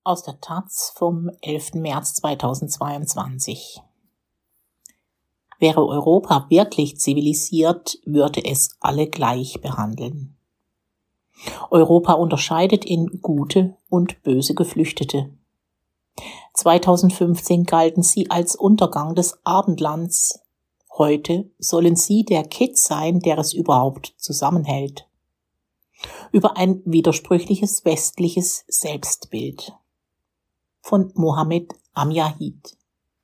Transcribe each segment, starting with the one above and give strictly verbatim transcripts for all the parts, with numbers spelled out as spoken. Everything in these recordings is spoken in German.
aus der Taz vom elften März zweitausendzweiundzwanzig. Wäre Europa wirklich zivilisiert, würde es alle gleich behandeln. Europa unterscheidet in gute und böse Geflüchtete. zweitausendfünfzehn galten sie als Untergang des Abendlands. Heute sollen sie der Kitt sein, der es überhaupt zusammenhält. Über ein widersprüchliches westliches Selbstbild. Von Mohammed Amjahid.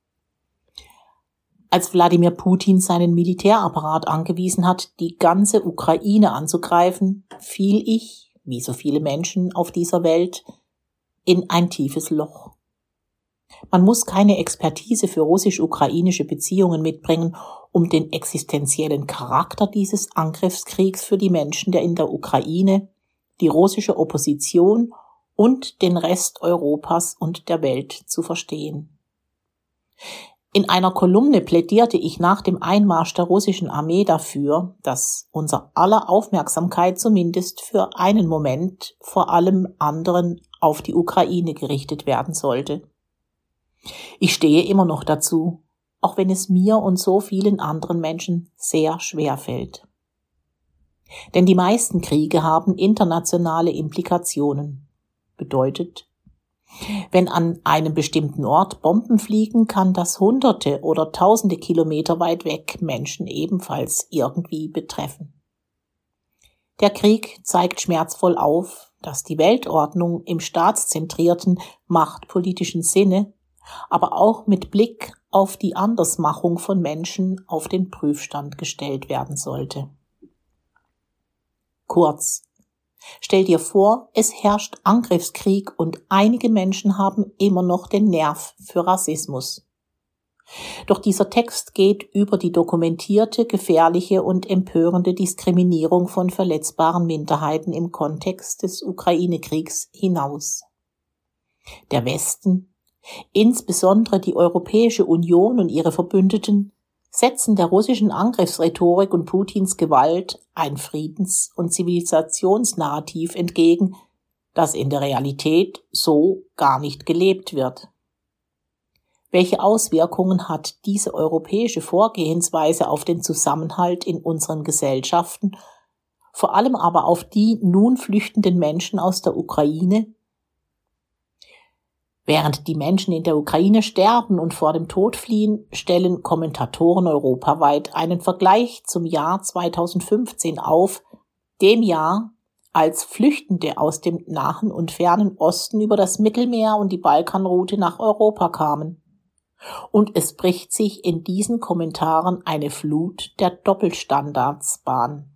Als Wladimir Putin seinen Militärapparat angewiesen hat, die ganze Ukraine anzugreifen, fiel ich, wie so viele Menschen auf dieser Welt, in ein tiefes Loch. Man muss keine Expertise für russisch-ukrainische Beziehungen mitbringen, um den existenziellen Charakter dieses Angriffskriegs für die Menschen der in der Ukraine, die russische Opposition und den Rest Europas und der Welt zu verstehen. In einer Kolumne plädierte ich nach dem Einmarsch der russischen Armee dafür, dass unser aller Aufmerksamkeit zumindest für einen Moment vor allem anderen auf die Ukraine gerichtet werden sollte. Ich stehe immer noch dazu, auch wenn es mir und so vielen anderen Menschen sehr schwer fällt. Denn die meisten Kriege haben internationale Implikationen. Bedeutet, wenn an einem bestimmten Ort Bomben fliegen, kann das hunderte oder tausende Kilometer weit weg Menschen ebenfalls irgendwie betreffen. Der Krieg zeigt schmerzvoll auf, dass die Weltordnung im staatszentrierten, machtpolitischen Sinne, aber auch mit Blick auf die Andersmachung von Menschen auf den Prüfstand gestellt werden sollte. Kurz, stell dir vor, es herrscht Angriffskrieg und einige Menschen haben immer noch den Nerv für Rassismus. Doch dieser Text geht über die dokumentierte, gefährliche und empörende Diskriminierung von verletzbaren Minderheiten im Kontext des Ukraine-Kriegs hinaus. Der Westen, insbesondere die Europäische Union und ihre Verbündeten, setzen der russischen Angriffsrhetorik und Putins Gewalt ein Friedens- und Zivilisationsnarrativ entgegen, das in der Realität so gar nicht gelebt wird. Welche Auswirkungen hat diese europäische Vorgehensweise auf den Zusammenhalt in unseren Gesellschaften, vor allem aber auf die nun flüchtenden Menschen aus der Ukraine? Während die Menschen in der Ukraine sterben und vor dem Tod fliehen, stellen Kommentatoren europaweit einen Vergleich zum Jahr zweitausendfünfzehn auf, dem Jahr, als Flüchtende aus dem Nahen und Fernen Osten über das Mittelmeer und die Balkanroute nach Europa kamen. Und es bricht sich in diesen Kommentaren eine Flut der Doppelstandards Bahn.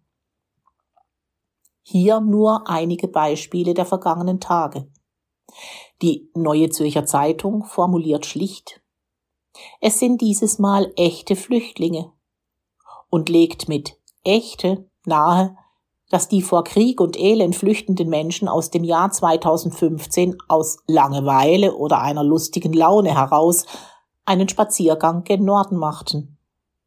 Hier nur einige Beispiele der vergangenen Tage. Die Neue Zürcher Zeitung formuliert schlicht: Es sind dieses Mal echte Flüchtlinge und legt mit echte nahe, dass die vor Krieg und Elend flüchtenden Menschen aus dem Jahr zweitausendfünfzehn aus Langeweile oder einer lustigen Laune heraus einen Spaziergang gen Norden machten.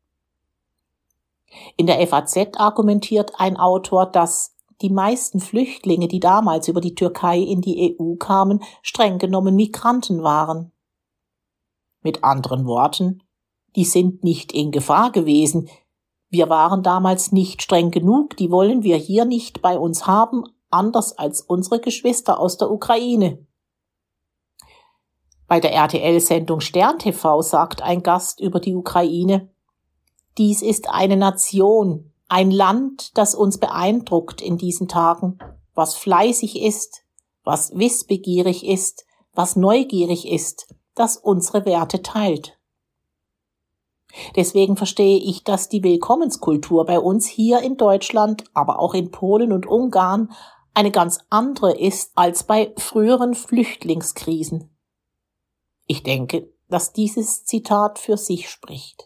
In der F A Z argumentiert ein Autor, dass die meisten Flüchtlinge, die damals über die Türkei in die E U kamen, streng genommen Migranten waren. Mit anderen Worten, die sind nicht in Gefahr gewesen. Wir waren damals nicht streng genug, die wollen wir hier nicht bei uns haben, anders als unsere Geschwister aus der Ukraine. Bei der R T L-Sendung Stern T V sagt ein Gast über die Ukraine: Dies ist eine Nation, ein Land, das uns beeindruckt in diesen Tagen, was fleißig ist, was wissbegierig ist, was neugierig ist, das unsere Werte teilt. Deswegen verstehe ich, dass die Willkommenskultur bei uns hier in Deutschland, aber auch in Polen und Ungarn eine ganz andere ist als bei früheren Flüchtlingskrisen. Ich denke, dass dieses Zitat für sich spricht.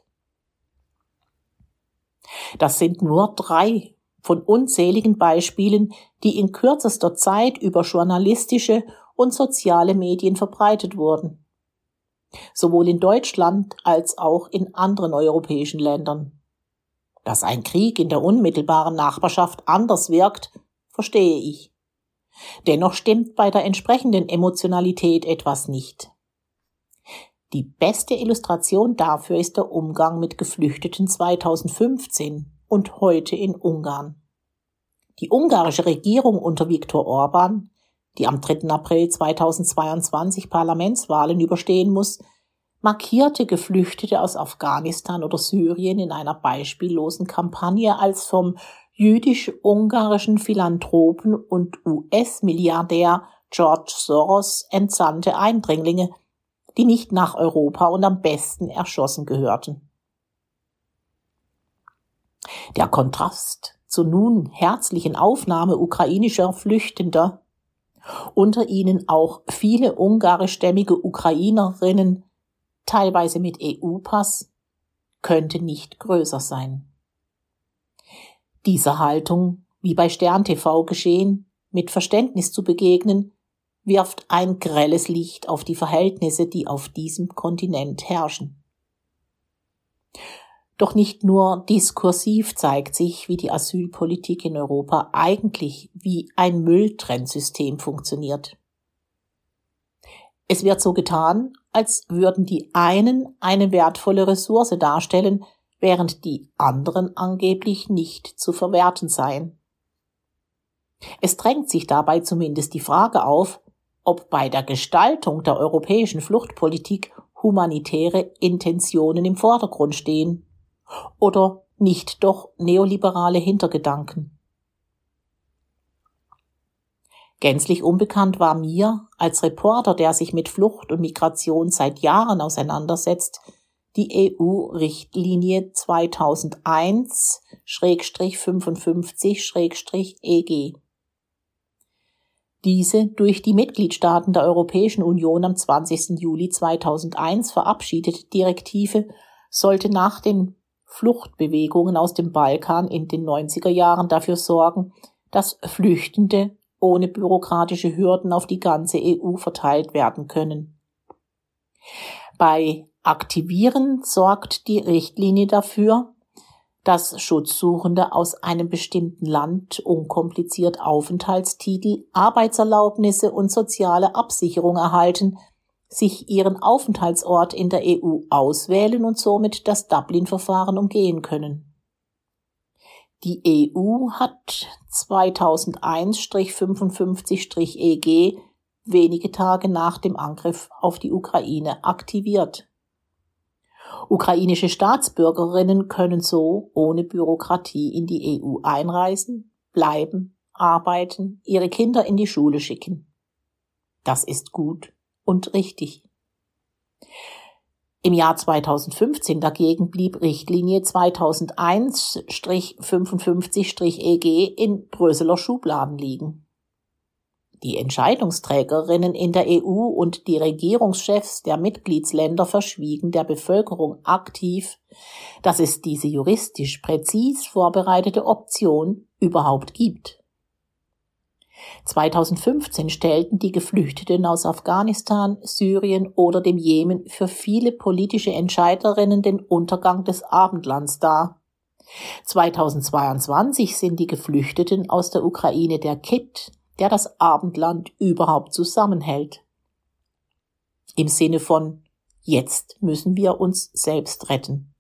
Das sind nur drei von unzähligen Beispielen, die in kürzester Zeit über journalistische und soziale Medien verbreitet wurden. Sowohl in Deutschland als auch in anderen europäischen Ländern. Dass ein Krieg in der unmittelbaren Nachbarschaft anders wirkt, verstehe ich. Dennoch stimmt bei der entsprechenden Emotionalität etwas nicht. Die beste Illustration dafür ist der Umgang mit Geflüchteten zweitausendfünfzehn und heute in Ungarn. Die ungarische Regierung unter Viktor Orbán, die am dritten April zweitausendzweiundzwanzig Parlamentswahlen überstehen muss, markierte Geflüchtete aus Afghanistan oder Syrien in einer beispiellosen Kampagne als vom jüdisch-ungarischen Philanthropen und U S-Milliardär George Soros entsandte Eindringlinge, die nicht nach Europa und am besten erschossen gehörten. Der Kontrast zur nun herzlichen Aufnahme ukrainischer Flüchtender, unter ihnen auch viele ungarischstämmige Ukrainerinnen, teilweise mit E U-Pass, könnte nicht größer sein. Dieser Haltung, wie bei Stern T V geschehen, mit Verständnis zu begegnen, wirft ein grelles Licht auf die Verhältnisse, die auf diesem Kontinent herrschen. Doch nicht nur diskursiv zeigt sich, wie die Asylpolitik in Europa eigentlich wie ein Mülltrennsystem funktioniert. Es wird so getan, als würden die einen eine wertvolle Ressource darstellen, während die anderen angeblich nicht zu verwerten seien. Es drängt sich dabei zumindest die Frage auf, ob bei der Gestaltung der europäischen Fluchtpolitik humanitäre Intentionen im Vordergrund stehen oder nicht doch neoliberale Hintergedanken. Gänzlich unbekannt war mir, als Reporter, der sich mit Flucht und Migration seit Jahren auseinandersetzt, die E U-Richtlinie zweitausendeins fünfundfünfzig E G. Diese durch die Mitgliedstaaten der Europäischen Union am zwanzigsten Juli zweitausendeins verabschiedete Direktive sollte nach den Fluchtbewegungen aus dem Balkan in den neunziger Jahren dafür sorgen, dass Flüchtende ohne bürokratische Hürden auf die ganze E U verteilt werden können. Bei Aktivieren sorgt die Richtlinie dafür, dass Schutzsuchende aus einem bestimmten Land unkompliziert Aufenthaltstitel, Arbeitserlaubnisse und soziale Absicherung erhalten, sich ihren Aufenthaltsort in der E U auswählen und somit das Dublin-Verfahren umgehen können. Die E U hat zweitausendeins fünfundfünfzig E G wenige Tage nach dem Angriff auf die Ukraine aktiviert. Ukrainische Staatsbürgerinnen können so ohne Bürokratie in die E U einreisen, bleiben, arbeiten, ihre Kinder in die Schule schicken. Das ist gut und richtig. Im Jahr zweitausendfünfzehn dagegen blieb Richtlinie zweitausendeins fünfundfünfzig E G in Brüsseler Schubladen liegen. Die Entscheidungsträgerinnen in der E U und die Regierungschefs der Mitgliedsländer verschwiegen der Bevölkerung aktiv, dass es diese juristisch präzis vorbereitete Option überhaupt gibt. zweitausendfünfzehn stellten die Geflüchteten aus Afghanistan, Syrien oder dem Jemen für viele politische Entscheiderinnen den Untergang des Abendlands dar. zweitausendzweiundzwanzig sind die Geflüchteten aus der Ukraine der Kitt, der das Abendland überhaupt zusammenhält. Im Sinne von, jetzt müssen wir uns selbst retten.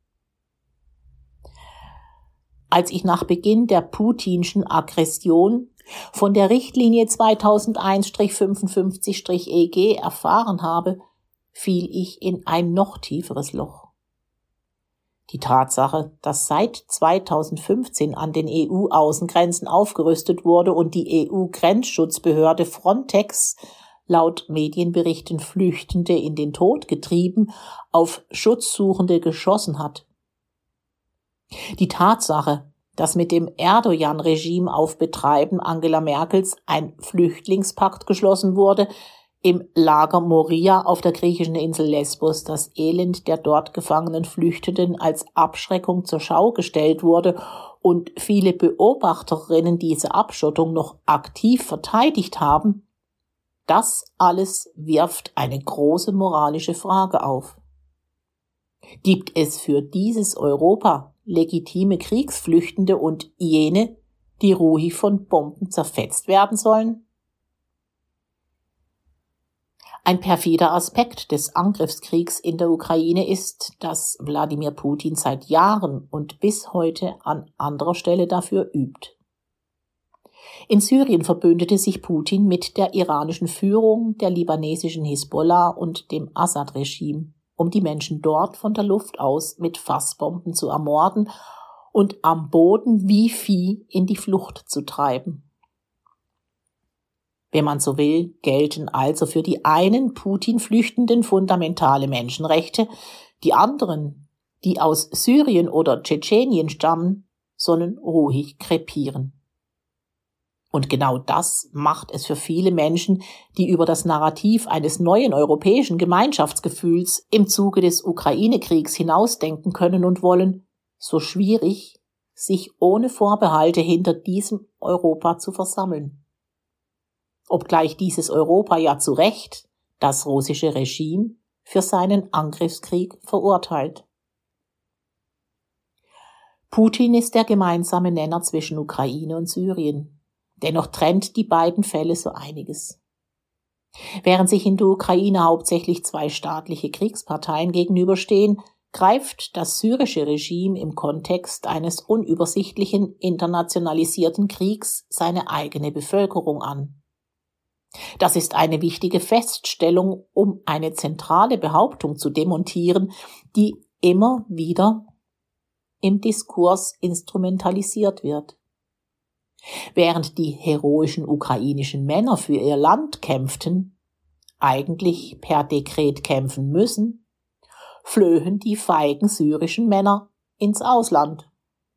Als ich nach Beginn der putinschen Aggression von der Richtlinie zweitausendeins fünfundfünfzig E G erfahren habe, fiel ich in ein noch tieferes Loch. Die Tatsache, dass seit zweitausendfünfzehn an den E U-Außengrenzen aufgerüstet wurde und die E U-Grenzschutzbehörde Frontex laut Medienberichten Flüchtende in den Tod getrieben, auf Schutzsuchende geschossen hat. Die Tatsache, dass mit dem Erdogan-Regime auf Betreiben Angela Merkels ein Flüchtlingspakt geschlossen wurde, im Lager Moria auf der griechischen Insel Lesbos das Elend der dort gefangenen Flüchtenden als Abschreckung zur Schau gestellt wurde und viele Beobachterinnen diese Abschottung noch aktiv verteidigt haben, das alles wirft eine große moralische Frage auf. Gibt es für dieses Europa legitime Kriegsflüchtende und jene, die ruhig von Bomben zerfetzt werden sollen? Ein perfider Aspekt des Angriffskriegs in der Ukraine ist, dass Wladimir Putin seit Jahren und bis heute an anderer Stelle dafür übt. In Syrien verbündete sich Putin mit der iranischen Führung, der libanesischen Hisbollah und dem Assad-Regime, um die Menschen dort von der Luft aus mit Fassbomben zu ermorden und am Boden wie Vieh in die Flucht zu treiben. Wenn man so will, gelten also für die einen Putin-Flüchtenden fundamentale Menschenrechte, die anderen, die aus Syrien oder Tschetschenien stammen, sollen ruhig krepieren. Und genau das macht es für viele Menschen, die über das Narrativ eines neuen europäischen Gemeinschaftsgefühls im Zuge des Ukraine-Kriegs hinausdenken können und wollen, so schwierig, sich ohne Vorbehalte hinter diesem Europa zu versammeln. Obgleich dieses Europa ja zu Recht das russische Regime für seinen Angriffskrieg verurteilt. Putin ist der gemeinsame Nenner zwischen Ukraine und Syrien. Dennoch trennt die beiden Fälle so einiges. Während sich in der Ukraine hauptsächlich zwei staatliche Kriegsparteien gegenüberstehen, greift das syrische Regime im Kontext eines unübersichtlichen, internationalisierten Kriegs seine eigene Bevölkerung an. Das ist eine wichtige Feststellung, um eine zentrale Behauptung zu demontieren, die immer wieder im Diskurs instrumentalisiert wird. Während die heroischen ukrainischen Männer für ihr Land kämpften, eigentlich per Dekret kämpfen müssen, flöhen die feigen syrischen Männer ins Ausland.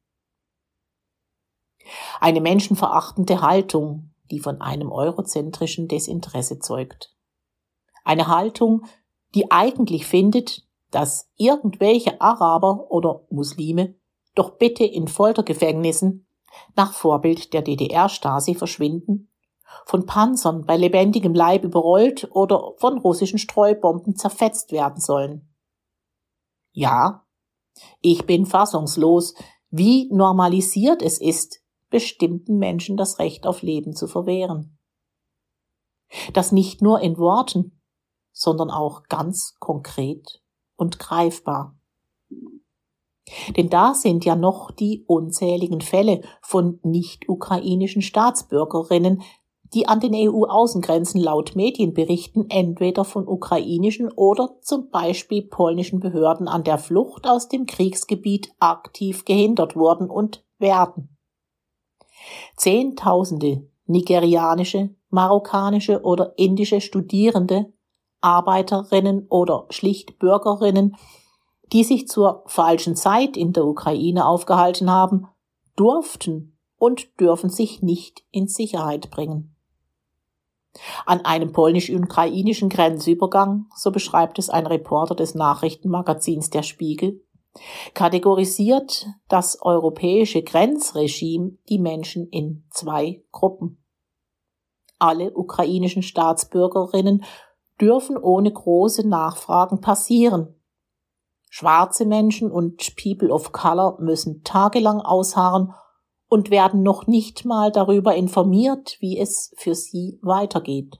Eine menschenverachtende Haltung, die von einem eurozentrischen Desinteresse zeugt. Eine Haltung, die eigentlich findet, dass irgendwelche Araber oder Muslime doch bitte in Foltergefängnissen nach Vorbild der D D R-Stasi verschwinden, von Panzern bei lebendigem Leib überrollt oder von russischen Streubomben zerfetzt werden sollen. Ja, ich bin fassungslos, wie normalisiert es ist, bestimmten Menschen das Recht auf Leben zu verwehren. Das nicht nur in Worten, sondern auch ganz konkret und greifbar. Denn da sind ja noch die unzähligen Fälle von nicht-ukrainischen Staatsbürgerinnen, die an den E U-Außengrenzen laut Medienberichten entweder von ukrainischen oder zum Beispiel polnischen Behörden an der Flucht aus dem Kriegsgebiet aktiv gehindert wurden und werden. Zehntausende nigerianische, marokkanische oder indische Studierende, Arbeiterinnen oder schlicht Bürgerinnen, die sich zur falschen Zeit in der Ukraine aufgehalten haben, durften und dürfen sich nicht in Sicherheit bringen. An einem polnisch-ukrainischen Grenzübergang, so beschreibt es ein Reporter des Nachrichtenmagazins Der Spiegel, kategorisiert das europäische Grenzregime die Menschen in zwei Gruppen. Alle ukrainischen Staatsbürgerinnen dürfen ohne große Nachfragen passieren. Schwarze Menschen und People of Color müssen tagelang ausharren und werden noch nicht mal darüber informiert, wie es für sie weitergeht.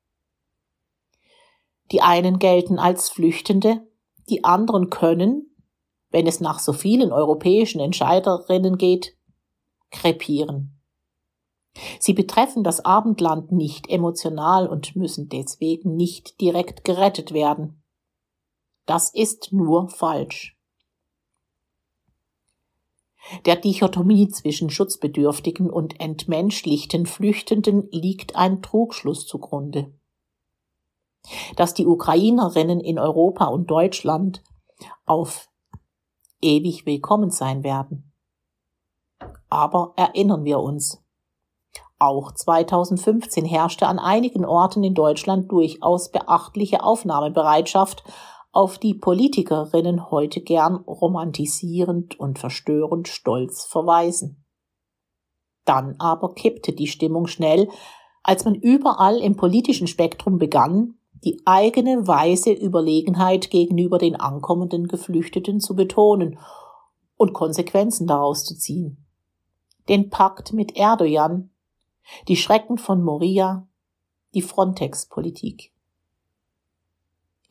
Die einen gelten als Flüchtende, die anderen können, wenn es nach so vielen europäischen Entscheiderinnen geht, krepieren. Sie betreffen das Abendland nicht emotional und müssen deswegen nicht direkt gerettet werden. Das ist nur falsch. Der Dichotomie zwischen schutzbedürftigen und entmenschlichten Flüchtenden liegt ein Trugschluss zugrunde. Dass die Ukrainerinnen in Europa und Deutschland auf ewig willkommen sein werden. Aber erinnern wir uns, auch zweitausendfünfzehn herrschte an einigen Orten in Deutschland durchaus beachtliche Aufnahmebereitschaft, auf die Politikerinnen heute gern romantisierend und verstörend stolz verweisen. Dann aber kippte die Stimmung schnell, als man überall im politischen Spektrum begann, die eigene weise Überlegenheit gegenüber den ankommenden Geflüchteten zu betonen und Konsequenzen daraus zu ziehen. Den Pakt mit Erdogan, die Schrecken von Moria, die Frontex-Politik.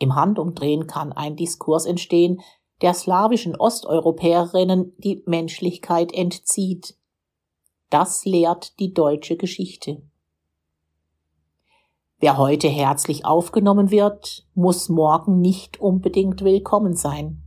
Im Handumdrehen kann ein Diskurs entstehen, der slawischen Osteuropäerinnen die Menschlichkeit entzieht. Das lehrt die deutsche Geschichte. Wer heute herzlich aufgenommen wird, muss morgen nicht unbedingt willkommen sein.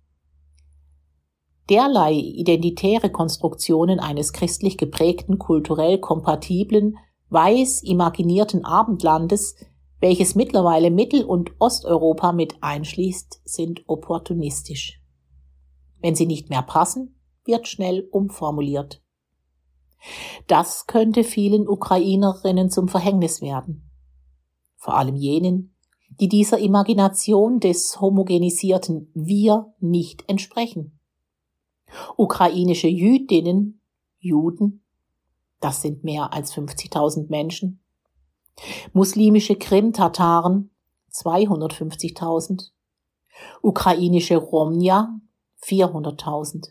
Derlei identitäre Konstruktionen eines christlich geprägten, kulturell kompatiblen, weiß imaginierten Abendlandes, welches mittlerweile Mittel- und Osteuropa mit einschließt, sind opportunistisch. Wenn sie nicht mehr passen, wird schnell umformuliert. Das könnte vielen Ukrainerinnen zum Verhängnis werden. Vor allem jenen, die dieser Imagination des homogenisierten Wir nicht entsprechen. Ukrainische Jüdinnen, Juden, das sind mehr als fünfzigtausend Menschen, muslimische Krim-Tataren, zweihundertfünfzigtausend, ukrainische Romja, vierhunderttausend.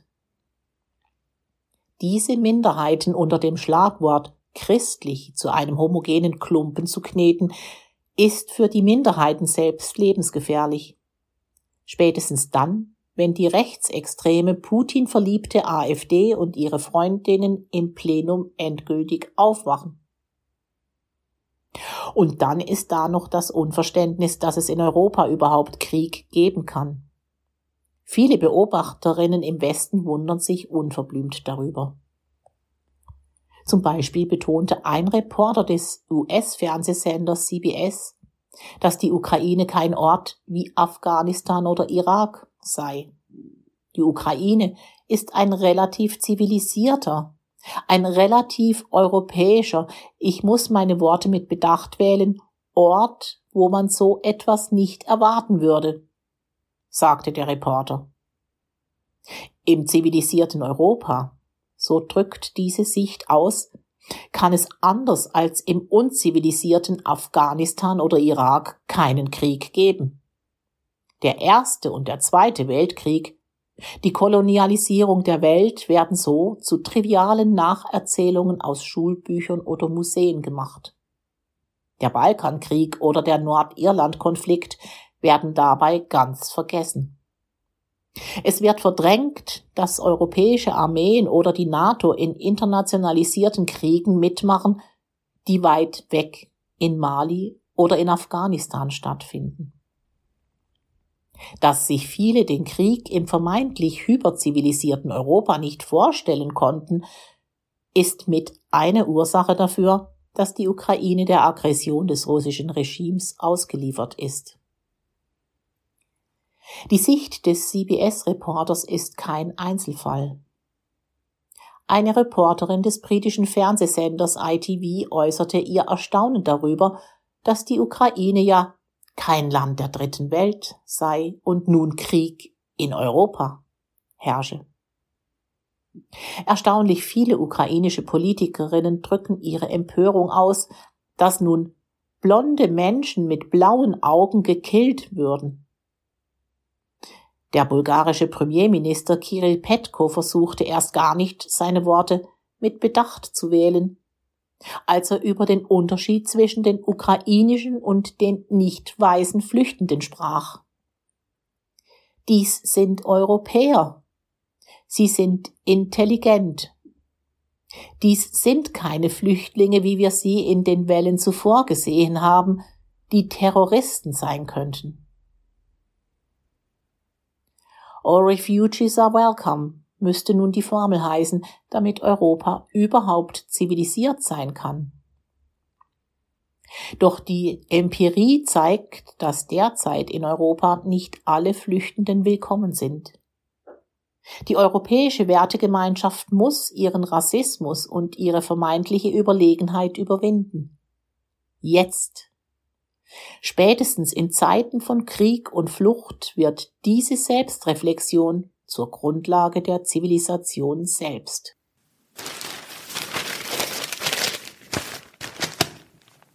Diese Minderheiten unter dem Schlagwort christlich zu einem homogenen Klumpen zu kneten, ist für die Minderheiten selbst lebensgefährlich. Spätestens dann, wenn die rechtsextreme, Putin-verliebte AfD und ihre Freundinnen im Plenum endgültig aufwachen. Und dann ist da noch das Unverständnis, dass es in Europa überhaupt Krieg geben kann. Viele Beobachterinnen im Westen wundern sich unverblümt darüber. Zum Beispiel betonte ein Reporter des U S-Fernsehsenders C B S, dass die Ukraine kein Ort wie Afghanistan oder Irak sei. Die Ukraine ist ein relativ zivilisierter, ein relativ europäischer, ich muss meine Worte mit Bedacht wählen, Ort, wo man so etwas nicht erwarten würde, sagte der Reporter. Im zivilisierten Europa, so drückt diese Sicht aus, kann es anders als im unzivilisierten Afghanistan oder Irak keinen Krieg geben. Der Erste und der Zweite Weltkrieg, die Kolonialisierung der Welt werden so zu trivialen Nacherzählungen aus Schulbüchern oder Museen gemacht. Der Balkankrieg oder der Nordirland-Konflikt werden dabei ganz vergessen. Es wird verdrängt, dass europäische Armeen oder die NATO in internationalisierten Kriegen mitmachen, die weit weg in Mali oder in Afghanistan stattfinden. Dass sich viele den Krieg im vermeintlich hyperzivilisierten Europa nicht vorstellen konnten, ist mit eine Ursache dafür, dass die Ukraine der Aggression des russischen Regimes ausgeliefert ist. Die Sicht des C B S-Reporters ist kein Einzelfall. Eine Reporterin des britischen Fernsehsenders I T V äußerte ihr Erstaunen darüber, dass die Ukraine ja kein Land der dritten Welt sei und nun Krieg in Europa herrsche. Erstaunlich viele ukrainische Politikerinnen drücken ihre Empörung aus, dass nun blonde Menschen mit blauen Augen gekillt würden. Der bulgarische Premierminister Kirill Petko versuchte erst gar nicht, seine Worte mit Bedacht zu wählen, als er über den Unterschied zwischen den ukrainischen und den nicht weißen Flüchtenden sprach. Dies sind Europäer. Sie sind intelligent. Dies sind keine Flüchtlinge, wie wir sie in den Wellen zuvor gesehen haben, die Terroristen sein könnten. All refugees are welcome, müsste nun die Formel heißen, damit Europa überhaupt zivilisiert sein kann. Doch die Empirie zeigt, dass derzeit in Europa nicht alle Flüchtenden willkommen sind. Die europäische Wertegemeinschaft muss ihren Rassismus und ihre vermeintliche Überlegenheit überwinden. Jetzt. Spätestens in Zeiten von Krieg und Flucht wird diese Selbstreflexion zur Grundlage der Zivilisation selbst.